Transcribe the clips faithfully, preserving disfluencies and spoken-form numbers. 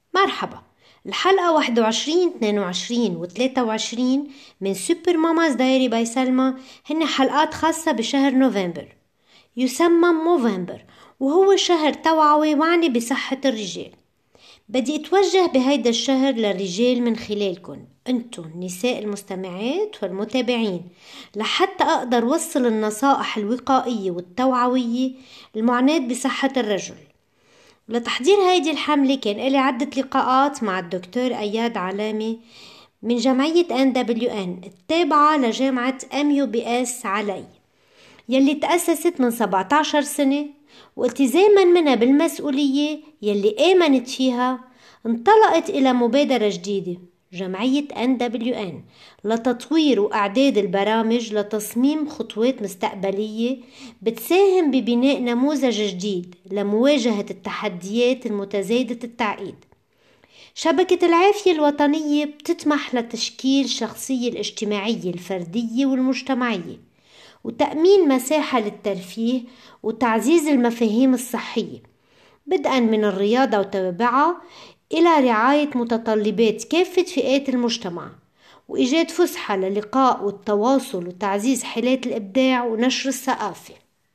مرحبا. الحلقة واحد وعشرين اثنين وعشرين و ثلاثة وعشرين من سوبر ماماز دايري باي سلمى هن حلقات خاصة بشهر نوفمبر، يسمى موفمبر، وهو شهر توعوي معني بصحة الرجال. بدي اتوجه بهيدا الشهر للرجال من خلالكن انتو النساء المستمعات والمتابعين، لحتى اقدر وصل النصائح الوقائية والتوعوية المعناة بصحة الرجل. لتحضير هيدي الحملة كان إلي عدة لقاءات مع الدكتور أياد علامة من جمعية إن دبليو إن التابعة لجامعة إم يو بي إس علي، يلي تأسست من سبعة عشر سنة، والتزاما منها بالمسؤولية يلي آمنت فيها انطلقت إلى مبادرة جديدة جمعية إن دبليو إن لتطوير وإعداد البرامج لتصميم خطوات مستقبلية بتساهم ببناء نموذج جديد لمواجهة التحديات المتزايدة التعقيد. شبكة العافية الوطنية بتطمح لتشكيل شخصية الاجتماعية الفردية والمجتمعية، وتأمين مساحة للترفيه وتعزيز المفاهيم الصحية، بدءا من الرياضة وتوابعها إلى رعاية متطلبات كافة فئات المجتمع، وإيجاد فسحة للقاء والتواصل وتعزيز حالات الإبداع ونشر الثقافة.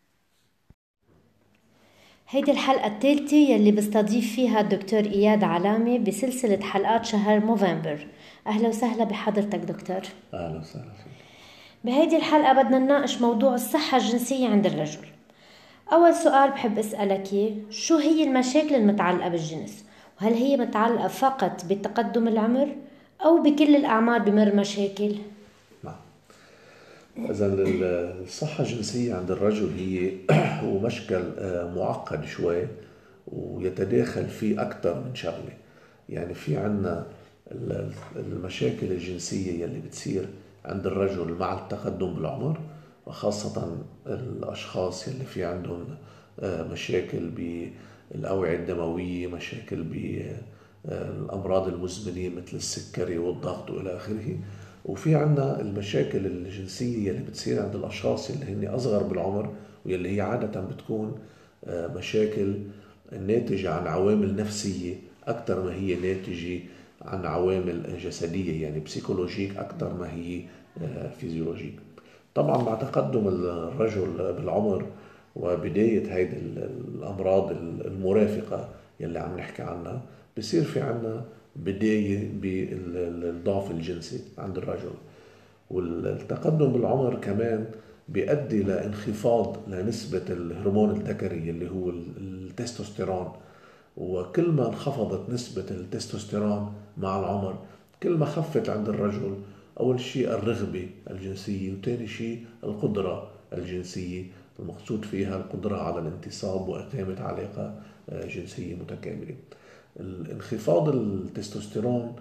هيدي الحلقة الثالثة يلي بستضيف فيها الدكتور إياد علامة بسلسلة حلقات شهر موفمبر. أهلا وسهلا بحضرتك دكتور. أهلا وسهلا فيك. بهيدي الحلقة بدنا نناقش موضوع الصحة الجنسية عند الرجل. أول سؤال بحب أسألك إياه، شو هي المشاكل المتعلقة بالجنس؟ وهل هي متعلقة فقط بتقدم العمر أو بكل الأعمار بمر مشاكل؟ نعم. إذا الصحة الجنسية عند الرجل هي هو مشكل معقد شوي، ويتداخل فيه أكثر من شغلة. يعني في عنا المشاكل الجنسية يلي بتصير عند الرجل مع التقدم بالعمر، وخاصة الأشخاص يلي في عندهم مشاكل بالأوعية الدموية، مشاكل بالأمراض المزمنة مثل السكري والضغط وإلى آخره. وفي عنا المشاكل الجنسية اللي بتصير عند الأشخاص اللي هن أصغر بالعمر، واللي هي عادة بتكون مشاكل ناتجة عن عوامل نفسية أكثر ما هي ناتجة عن عوامل جسدية، يعني بسيكولوجيك أكثر ما هي فيزيولوجيك. طبعا مع تقدم الرجل بالعمر وبداية هيدي الأمراض المرافقة يلي عم نحكي عنها، بصير في عنا بداية بالضعف الجنسي عند الرجل. والتقدم بالعمر كمان بيؤدي لانخفاض لنسبة الهرمون الذكري اللي هو التستوستيرون، وكل ما انخفضت نسبة التستوستيرون مع العمر كل ما خفت عند الرجل أول شيء الرغبة الجنسية، وثاني شيء القدرة الجنسية، المقصود فيها القدرة على الانتصاب وإقامة علاقة جنسية متكاملة. الانخفاض التستوستيرون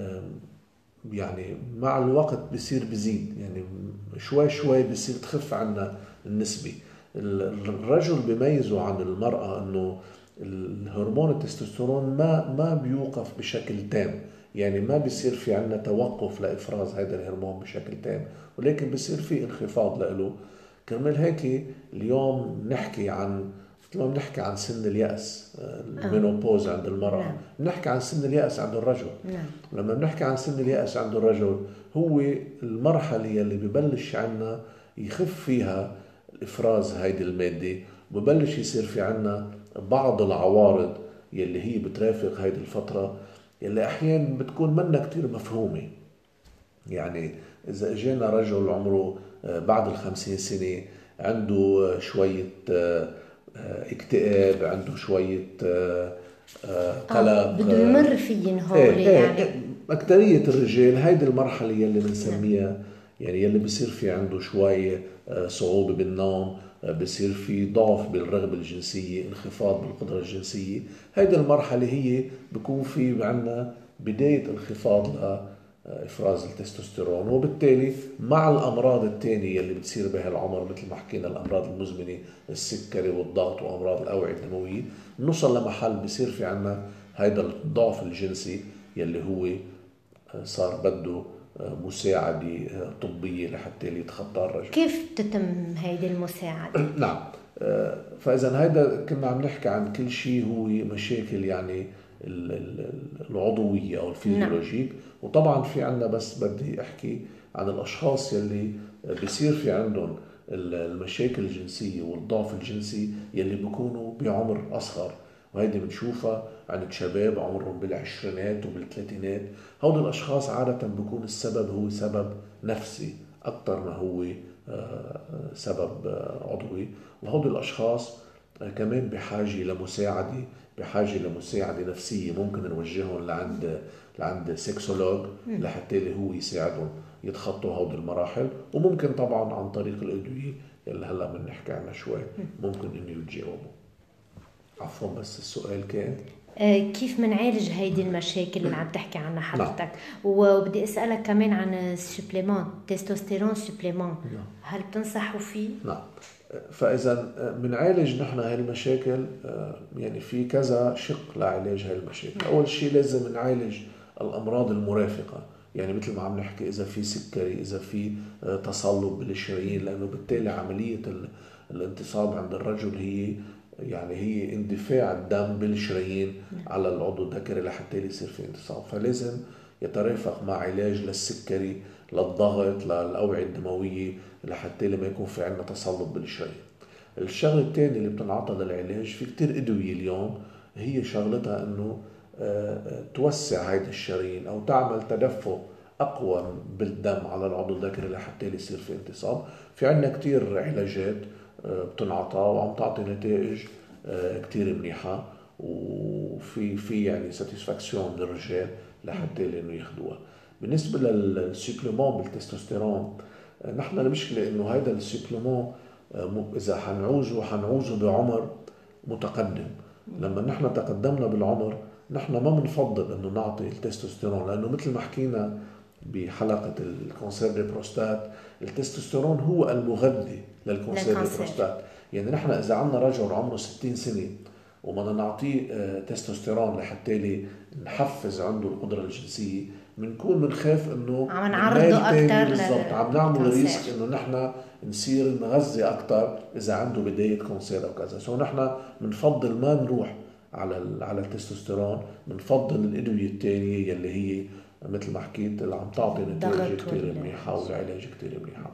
يعني مع الوقت بيصير بزيد، يعني شوي شوي بيصير تخف عنا النسبة. الرجل بيميزه عن المرأة انه الهرمون التستوستيرون ما ما بيوقف بشكل تام، يعني ما بيصير في عنا توقف لإفراز هذا الهرمون بشكل تام، ولكن بيصير في انخفاض له. كرمال هيك اليوم نحكي عن مثل ما بنحكي عن سن اليأس، المينوبوز عند المرأة، نعم. بنحكي عن سن اليأس عند الرجل، نعم. لما بنحكي عن سن اليأس عند الرجل هو المرحلة اللي ببلش عنا يخف فيها الإفراز هيدي المادة، وببلش يصير في عنا بعض العوارض يلي هي بترافق هيدي الفترة، يلي أحيانا بتكون منا كتير مفهومة. يعني إذا اجينا رجل عمره بعد الخمسين سنة عنده شوية اكتئاب، عنده شوية قلق، بده يمر فيهن هول، ايه يعني ايه أكترية الرجال هيدي المرحلة يلي بنسميها يعني يلي بصير في عنده شوية صعوبة بالنوم، بصير في ضعف بالرغبة الجنسية، انخفاض بالقدرة الجنسية. هيدي المرحلة هي بيكون في عنا بداية انخفاض لإفراز التستوستيرون، وبالتالي مع الأمراض التانية اللي بتصير بهالعمر مثل ما حكينا الأمراض المزمنة السكري والضغط وأمراض الأوعية الدموية، نوصل لمحل بصير في عنا هيدا الضعف الجنسي يلي هو صار بده مساعدة طبية لحتى يتخطى الرجل. كيف تتم هيدي المساعدة؟ نعم. فإذا هيدا كنا عم نحكي عن كل شيء هو مشاكل يعني العضوية أو الفيزيولوجيك. وطبعا في عنا، بس بدي أحكي عن الأشخاص يلي بيصير في عندهم المشاكل الجنسية والضعف الجنسي يلي بيكونوا بعمر أصغر، وهيدي بنشوفها عند شباب عمرهم بالعشرينات وبالثلاثينات. هؤلاء الأشخاص عادة بيكون السبب هو سبب نفسي أكثر ما هو سبب عضوي، وهؤلاء الأشخاص كمان بحاجة لمساعدة بحاجة لمساعدة نفسية. ممكن نوجههم لعند لعند سيكسولوج لحتى اللي هو يساعدهم يتخطوا هذه المراحل، وممكن طبعا عن طريق الأدوية اللي هلا بنحكي عنها شوي ممكن إنه يتجاوبوا. عفوا بس السؤال كان كيف منعالج هيدي المشاكل اللي عم تحكي عنها حضرتك؟ نعم. وبدي أسألك كمان عن السوبليمان تستوستيرون سوبليمان، نعم. هل بتنصحوا فيه؟ نعم. فإذا بنعالج نحن هاي المشاكل، يعني في كذا شق لعلاج هاي المشاكل. أول شيء لازم نعالج الأمراض المرافقة، يعني مثل ما عم نحكي إذا في سكري، إذا في تصلب بالشرايين، لأنه بالتالي عملية الانتصاب عند الرجل هي يعني هي اندفاع الدم بالشرايين على العضو الذكري لحتى يصير في انتصاب. فلازم يترافق مع علاج للسكري، للضغط، للأوعية الدموية، لحتى لما يكون في عندنا تصلب بالشرايين. الشغله الثانيه اللي بتنعطى للعلاج، في كتير ادويه اليوم هي شغلتها انه توسع هيدا الشرايين او تعمل تدفق اقوى بالدم على العضو الذكري لحتى يصير في انتصاب. في عندنا كتير علاجات بتنعطى وعم تعطي نتائج كتير منيحه، وفي في يعني ساتيسفاكسيون للرجال لحتى انه ياخذوها. بالنسبه للسوبليمون بالتستوستيرون، نحن المشكله انه هذا السوبليمون اذا حنعوزه حنعوزه بعمر متقدم. لما نحن تقدمنا بالعمر نحن ما بنفضل انه نعطي التستوستيرون، لانه مثل ما حكينا بحلقه الكانسير دي بروستات، التستوستيرون هو المغذي للكانسير دي بروستات. يعني نحن اذا عندنا رجل عمره ستين سنه وما نعطيه تستوستيرون لحتى نحفز عنده القدره الجنسيه، بنكون بنخاف انه عم نعرضه اكثر بالضبط، عم نعمل ريسك انه نحن نصير نغذي اكثر اذا عنده بدايه كانسير او كذا. سو نحن بنفضل ما نروح على على التستوستيرون، بنفضل الادويه الثانيه يلي هي مثل ما حكيت اللي عم تعطي نتائج كثير منيحه والعلاج كثير منيحه.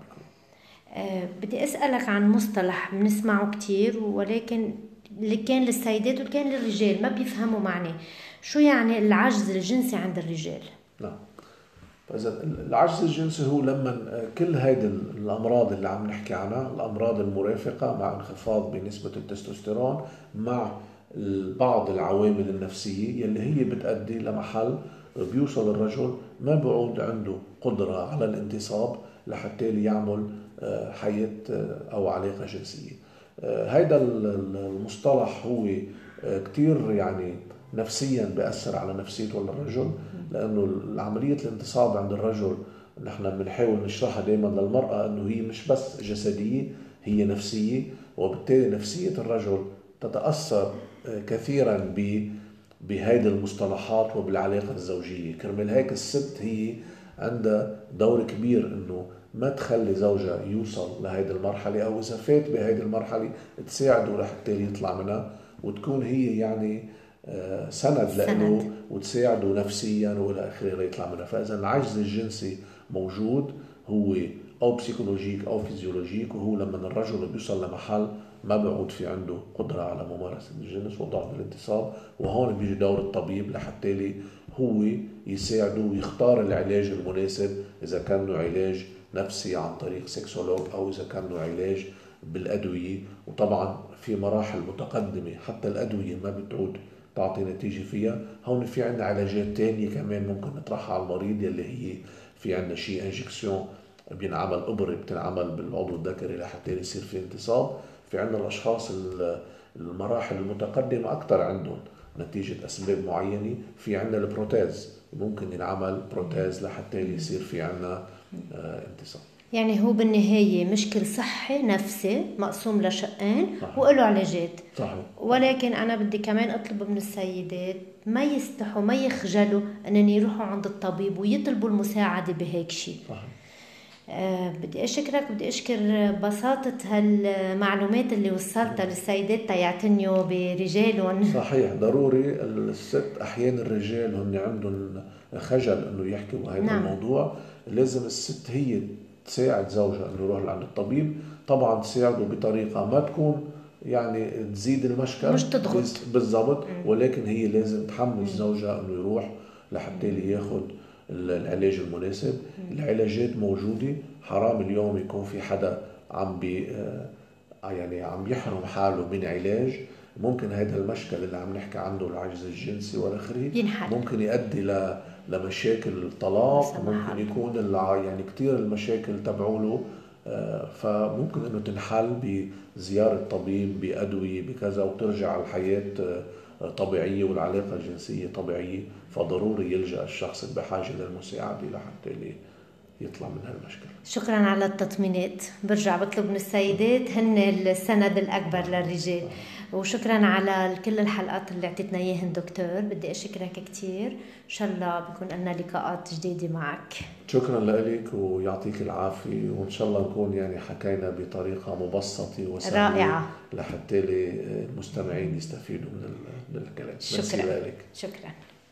أه بدي اسالك عن مصطلح بنسمعه كثير ولكن اللي كان للسيدات وكان للرجال ما بيفهموا معناه، شو يعني العجز الجنسي عند الرجال؟ نعم. فإذا العجز الجنسي هو لما كل هيدي الأمراض اللي عم نحكي عنها، الأمراض المرافقة مع انخفاض بنسبة التستوستيرون مع بعض العوامل النفسية يلي هي بتؤدي لمحل بيوصل الرجل ما بعود عنده قدرة على الانتصاب لحتى يعمل حياة أو علاقة جنسية. هيدا المصطلح هو كتير يعني نفسيا بيأثر على نفسية الرجل، لأنه عملية الانتصاب عند الرجل نحن بنحاول نشرحها دائما للمرأة أنه هي مش بس جسدية، هي نفسية، وبالتالي نفسية الرجل تتأثر كثيرا بهذه المصطلحات وبالعلاقة الزوجية. كرمال هيك الست هي عندها دور كبير أنه ما تخلي زوجها يوصل لهذه المرحلة، أو إذا فات بهذه المرحلة تساعده لحتى يطلع منها، وتكون هي يعني سند له وتساعده نفسيا والى اخره ليطلع منها. فاذا العجز الجنسي موجود هو او بسيكولوجيك او فيزيولوجيك، وهو لما الرجل بيوصل لمحل ما بيعود في عنده قدره على ممارسه الجنس وضعف الانتصاب، وهون بيجي دور الطبيب لحتى لي هو يساعده ويختار العلاج المناسب، اذا كان له علاج نفسي عن طريق سكسولوج او اذا كان له علاج بالادويه. وطبعا في مراحل متقدمه حتى الادويه ما بتعود تعطي نتيجة فيها. هون في عندنا علاجات تانية كمان ممكن نطرحها على المريض، يلي هي في عندنا شيء انجكسيون بينعمل إبرة بتنعمل بالعضو الذكري لحتى يصير في انتصاب. في عندنا الأشخاص المراحل المتقدمة أكثر عندهم نتيجة أسباب معينة، في عندنا البروتاز ممكن ينعمل بروتاز لحتى يصير في عندنا انتصاب. يعني هو بالنهاية مشكل صحي نفسي مقسوم لشقين وقله علاجات. صحيح. ولكن أنا بدي كمان أطلب من السيدات ما يستحوا ما يخجلوا أنهم يروحوا عند الطبيب ويطلبوا المساعدة بهيك شيء. صحيح. أه بدي أشكرك، بدي أشكر بساطة هالمعلومات اللي وصلتها للسيدات تيعتنيوا برجالهم. صحيح، ضروري. الست احيانا الرجال هن عندهم خجل انه يحكوا بهذا نعم. الموضوع. لازم الست هي تساعد زوجها انه يروح لعند الطبيب، طبعا تساعده بطريقه ما تكون يعني تزيد المشكل. مش تضغط. بالضبط، مم. ولكن هي لازم تحمس مم. زوجها انه يروح لحتى مم. ياخذ العلاج المناسب. مم. العلاجات موجوده، حرام اليوم يكون في حدا عم بي يعني عم يحرم حاله من علاج. ممكن هذا المشكل اللي عم نحكي عنه، العجز الجنسي والآخره، ينحل. ممكن يؤدي ل لمشاكل لا الطلاق، سمح ممكن الله. يكون الع- يعني كتير المشاكل تبعوله. آه، فممكن انه تنحل بزيارة طبيب، بأدوية، بكذا، وترجع الحياة آه، طبيعية والعلاقة الجنسية طبيعية. فضروري يلجأ الشخص بحاجة للمساعدة لحتى يطلع من هالمشكلة. شكرا على التطمينات. برجع بطلب من السيدات هن السند الأكبر للرجال. وشكرا على كل الحلقات اللي اعطيتنا اياهن دكتور. بدي أشكرك كتير. إن شاء الله بكون لنا لقاءات جديدة معك. شكرا لك ويعطيك العافية، وإن شاء الله نكون يعني حكينا بطريقة مبسطة وسهلة رائعة. لحتى المستمعين يستفيدوا من ال- من الكلام. ميرسي شكرا. لك. شكرا.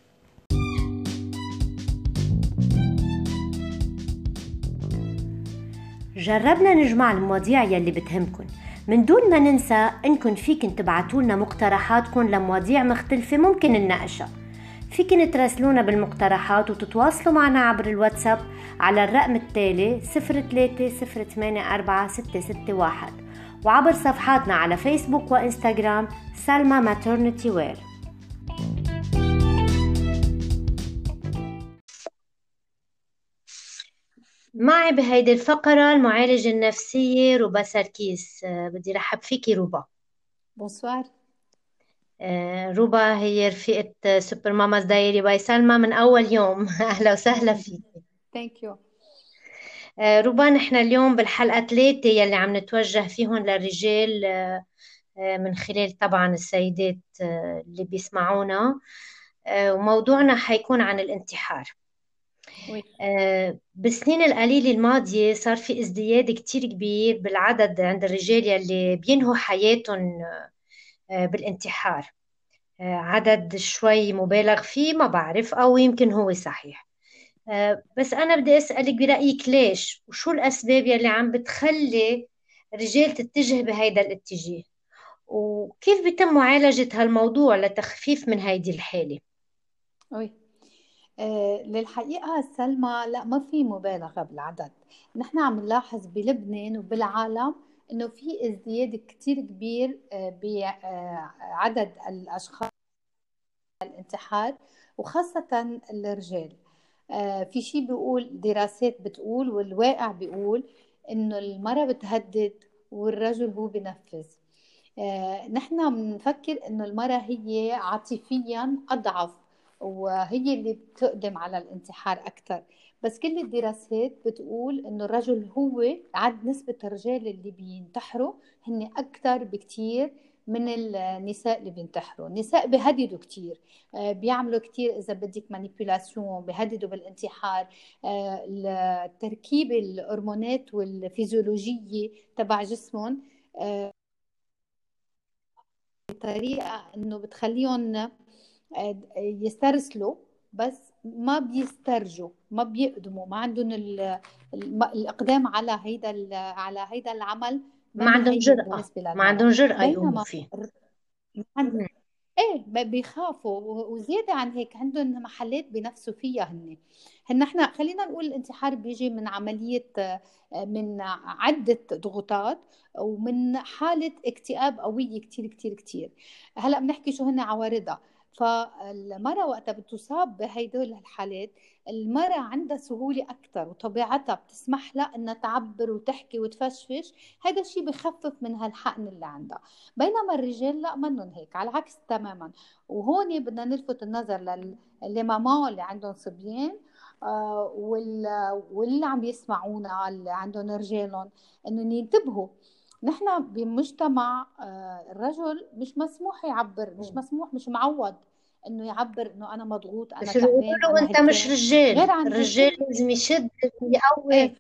جربنا نجمع المواضيع يلي بتهمكن من دون ما ننسى انكن فيكن تبعتولنا مقترحاتكن لمواضيع مختلفة ممكن نناقشها. فيكن تراسلونا بالمقترحات وتتواصلوا معنا عبر الواتساب على الرقم التالي صفر ثلاثة صفر ثمانية أربعة ستة ستة واحد، وعبر صفحاتنا على فيسبوك وإنستغرام سلمى ماترنتي وير. معي بهيدي الفقرة المعالجة النفسية روبا سركيس. أه بدي رحب فيكي روبا. بونسوار. أه روبا هي رفيقة سوبر ماماز دايري باي سلمى من أول يوم. أهلا وسهلا فيكي. ثانك يو. أه روبا، نحن اليوم بالحلقة ثلاثة يلي عم نتوجه فيهم للرجال، أه أه من خلال طبعا السيدات أه اللي بيسمعونا. أه وموضوعنا حيكون عن الانتحار. وي. آه، بالسنين القليلة الماضية صار في ازدياد كتير كبير بالعدد عند الرجال يلي بينهوا حياتهم آه، بالانتحار. آه، عدد شوي مبالغ فيه، ما بعرف، أو يمكن هو صحيح. آه، بس أنا بدي أسألك برأيك ليش وشو الأسباب يلي عم بتخلي الرجال تتجه بهيدا الاتجاه، وكيف بيتم معالجة هالموضوع لتخفيف من هيدي الحالة؟ وي. آه للحقيقة سلمى، لا ما في مبالغة بالعدد. نحن عم نلاحظ بلبنان وبالعالم انه في ازدياد كتير كبير آه بعدد الاشخاص الانتحار، وخاصة الرجال. آه في شيء بيقول، دراسات بتقول والواقع بيقول انه المرأة بتهدد والرجل هو بنفذ. آه، نحن بنفكر انه المرأة هي عاطفيا اضعف، وهي اللي بتقدم على الانتحار اكثر. بس كل الدراسات بتقول انه الرجل هو، عد نسبة الرجال اللي بينتحروا هن اكثر بكتير من النساء اللي بينتحروا. النساء بيهددوا كتير، آه، بيعملوا كتير اذا بدك مانيبيولاسيون، بيهددوا بالانتحار. آه، تركيب الهرمونات والفيزيولوجية تبع جسمهم آه، بطريقة انه بتخليهم آه، يسترسلوا، بس ما بيسترجوا، ما بيقدموا، ما عندهم ال- الم- الاقدام على هيدا ال- على هيدا العمل. ما ما عندهم هين جرأة. بالنسبة ما للمرأة. عندهم جرأة يقوموا بينما فيه. الر- عند- ايه ب- بيخافوا، و- وزيادة عن هيك عندهم محلات بنفسوا فيها. هن هن احنا خلينا نقول الانتحار بيجي من عملية آه، من عدة ضغوطات، ومن حالة اكتئاب قوية كتير كتير كتير. هلأ بنحكي شو هن عوارضها. فالمرأة وقتها بتصاب بهيدول الحالات، المرأة عندها سهولة أكثر، وطبيعتها بتسمح لها إنها تعبر وتحكي وتفشفش. هذا الشيء بخفف من هالحقن اللي عندها. بينما الرجال لا، منهم هيك، على العكس تماما. وهون بدنا نلفت النظر للماما اللي عندهم صبيان، آه، وال- واللي عم يسمعونا اللي عندهم رجالهم، انهم ينتبهوا. نحن بمجتمع آه، الرجل مش مسموح يعبر، مش مسموح، مش معود انه يعبر انه انا مضغوط، انا بس بيقولوا تعبان، له انا انت مش هلكان. غير رجال، عند الرجال الست. لازم يشد، لازم يقوي. ايه،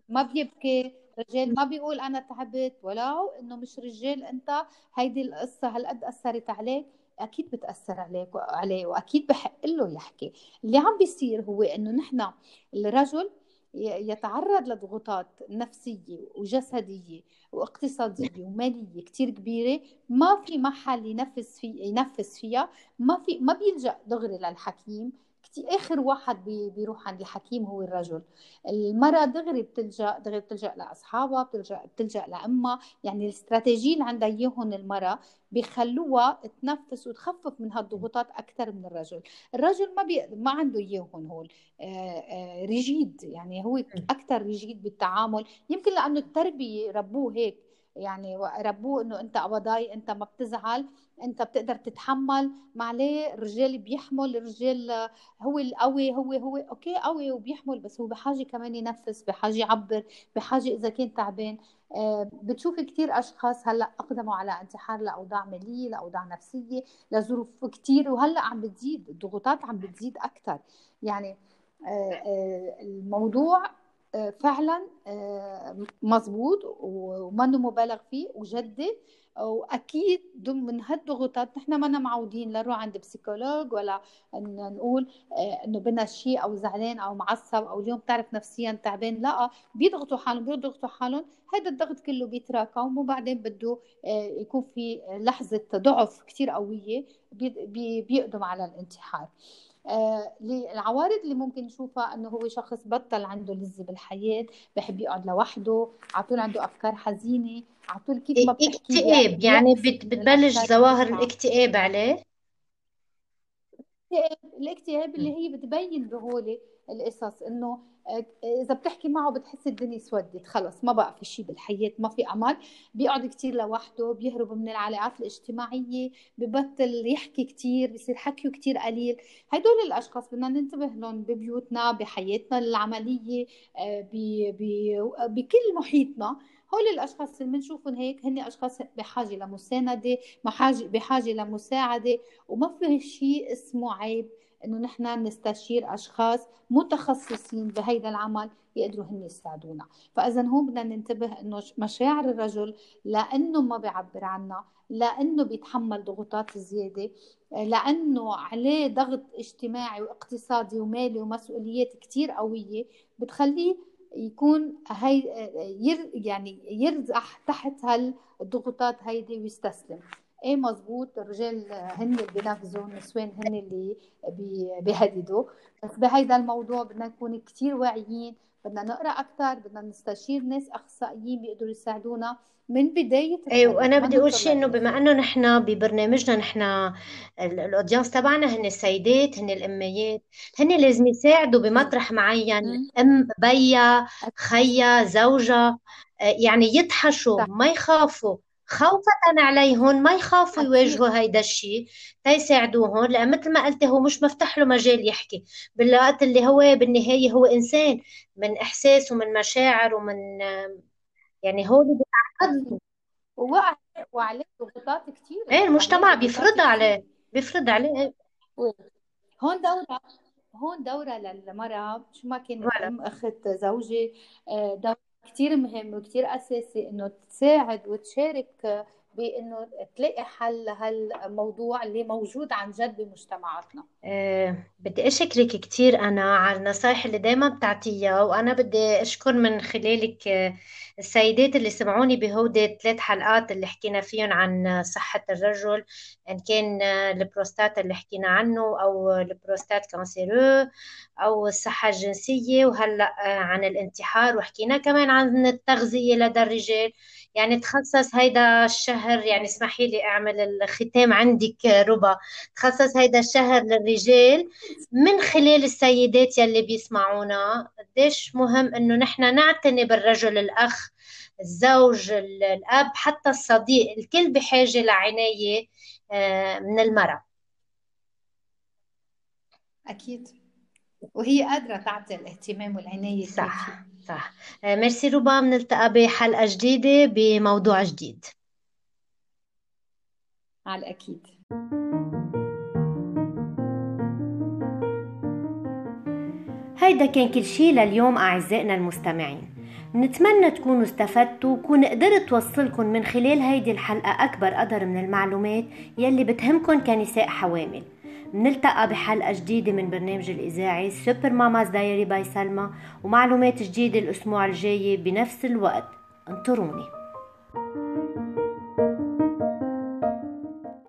ما بيبكي، رجال ما بيقول انا تعبت، ولو انه مش رجال انت. هيدي القصه هالقد اثرت عليك، اكيد بتاثر عليك وعليه، واكيد بحق له يحكي. اللي عم بيصير هو انه نحن الرجل ي- يتعرض لضغوطات نفسيه وجسديه واقتصاديه وماليه كتير كبيره، ما في محل ينفس في ينفس فيها. ما في ما بيلجأ دغري للحكيم. كتير اخر واحد بي- بيروح عند الحكيم هو الرجل. المرأة دغري بتلجأ دغري بتلجأ لأصحابها، بتلجأ بتلجأ لأمها. يعني الاستراتيجية اللي عندها إياهم المرأة بيخلوها تنفس وتخفف من هالضغوطات أكثر من الرجل. الرجل ما بي... ما عنده إياهم هول. آه، آه، ريجيد، يعني هو أكثر ريجيد بالتعامل، يمكن لأنه التربية ربوه هيك. يعني ربوه انه انت قبضاي، انت ما بتزعل، انت بتقدر تتحمل. ما عليه الرجال بيحمل، الرجال هو القوي، هو هو اوكي قوي وبيحمل، بس هو بحاجه كمان ينفس، بحاجه يعبر، بحاجه اذا كان تعبان. آه، بتشوفي كثير اشخاص هلا اقدموا على انتحار لاوضاع ماليه، لاوضاع نفسيه، لظروف كثير، وهلا عم بتزيد الضغوطات، عم بتزيد اكثر. يعني آه، آه، الموضوع آه، فعلا آه، مزبوط ومنه مبالغ فيه وجدي. واكيد ضمن هالضغوطات نحن ما معودين لا نروح عند بسيكولوج، ولا ان نقول آه، انه بدنا شيء او زعلان او معصب او اليوم بتعرف نفسيا تعبان. لا، بيضغطوا حالهم بيضغطوا حالهم، هذا الضغط كله بيتراكم، وبعدين بده آه، يكون في لحظة ضعف كتير قوية بي- بي- بيقدم على الانتحار. آه، العوارض اللي ممكن نشوفها انه هو شخص بطل عنده لذة بالحياة، بحب يقعد لوحده، على طول عنده افكار حزينة، على طول كيف ما بتحكي لي اكتئاب، يعني بيأس بت- من بتبلش الافكار اللي ظواهر بيسمعها. الاكتئاب عليه. الاكتئاب الاكتئاب اللي هي بتبين بهولي القصص، انه آه، اذا بتحكي معه بتحس الدنيا سودت، خلص ما بقى في شيء بالحياه، ما في امل. بيقعد كتير لوحده، بيهرب من العلاقات الاجتماعيه، ببطل يحكي كتير، بصير حكيه كتير قليل. هدول الاشخاص بدنا ننتبه لهم ببيوتنا، بحياتنا العمليه، آه، ب- ب- بكل محيطنا. هول الاشخاص اللي بنشوفهم هيك هن اشخاص بحاجه لمسانده، بحاجه بحاجه لمساعده. وما في شيء اسمه عيب انه نحن نستشير اشخاص متخصصين بهيدا العمل يقدروا هن يساعدونا. فاذا هون بدنا ننتبه انه مشاعر الرجل لانه ما بيعبر عنها، لانه بيتحمل ضغوطات زياده، لانه عليه ضغط اجتماعي واقتصادي ومالي ومسؤوليات كتير قويه، بتخليه يكون هي ير يعني يرزح تحت هالضغوطات هيدي ويستسلم. ايه مزبوط، الرجال هن اللي بينفذوا، النسوان هن اللي بي- بيهددوا. بس بهيدا الموضوع بدنا نكون كتير واعيين، بدنا نقرا اكثر، بدنا نستشير ناس اخصائيين بيقدروا يساعدونا من بدايه ايوه، الطريق، وانا ما بدي اقول ننطر شيء انه بما للاخر. انه نحن ببرنامجنا نحن ال- الاودينس تبعنا هن السيدات، هن الاميات، هن لازم يساعدوا مم. بمطرح معين، مم. ام بيا اكيد. خيا زوجة. آه، يعني يضحشوا، صح. ما يخافوا خوفا عليهم، ما يخافوا اكيد. يواجهوا هيدا الشيء، تيساعدوهم. لان مثل ما قلت هو مش مفتح له مجال يحكي، بالوقت اللي هو بالنهاية هو انسان من احساس ومن مشاعر ومن آه، يعني هو اللي اكيد. بيتعرض. ووقع وعليه ضغوطات كثيره، ايه عليه المجتمع ضغوطات بيفرضها عليه، كثيره. بيفرض عليه. هون دورة هون دورة للمرأة، شو ما كانت ولا أم، أخت، زوجة، آه، دورة كتير مهم وكتير أساسي إنه تساعد وتشارك آه، بإنه تلاقي حل لهالموضوع اللي موجود عن جد بمجتمعاتنا. آه، بدي أشكرك كثير أنا على النصايح اللي دايما بتعطيها، وأنا بدي أشكر من خلالك آه، السيدات اللي سمعوني بهودي ثلاث حلقات اللي حكينا فيهم عن صحة الرجل، إن كان آه، البروستات اللي حكينا عنه، أو البروستات كانسيرو، أو الصحة الجنسية، وهلأ آه، عن الانتحار، وحكينا كمان عن التغذية لدى الرجال. يعني تخصص هيدا الشهر، يعني اسمحي لي أعمل الختام عندك آه، ربا، تخصص هيدا الشهر للرجال، من خلال السيدات يلي بيسمعونا قديش مهم انه نحن نعتني بالرجل، الاخ، الزوج، ال- الاب، حتى الصديق، الكل بحاجة لعناية آه، من المرأة. أكيد. وهي قادرة تعطي الاهتمام والعناية الكافية. صح صح. آه، ميرسي ربا، بنلتقى بحلقة جديدة بموضوع جديد. على الأكيد. هيدا كان كل شي لليوم أعزائنا المستمعين. نتمنى تكونوا استفدتوا وكون قدرت توصلكم من خلال هيدي الحلقة أكبر قدر من المعلومات يلي بتهمكن كنساء حوامل. منلتقى بحلقة جديدة من برنامج الإذاعي سوبر ماماز دايري باي سلمى، ومعلومات جديدة الأسبوع الجاي بنفس الوقت. انطروني.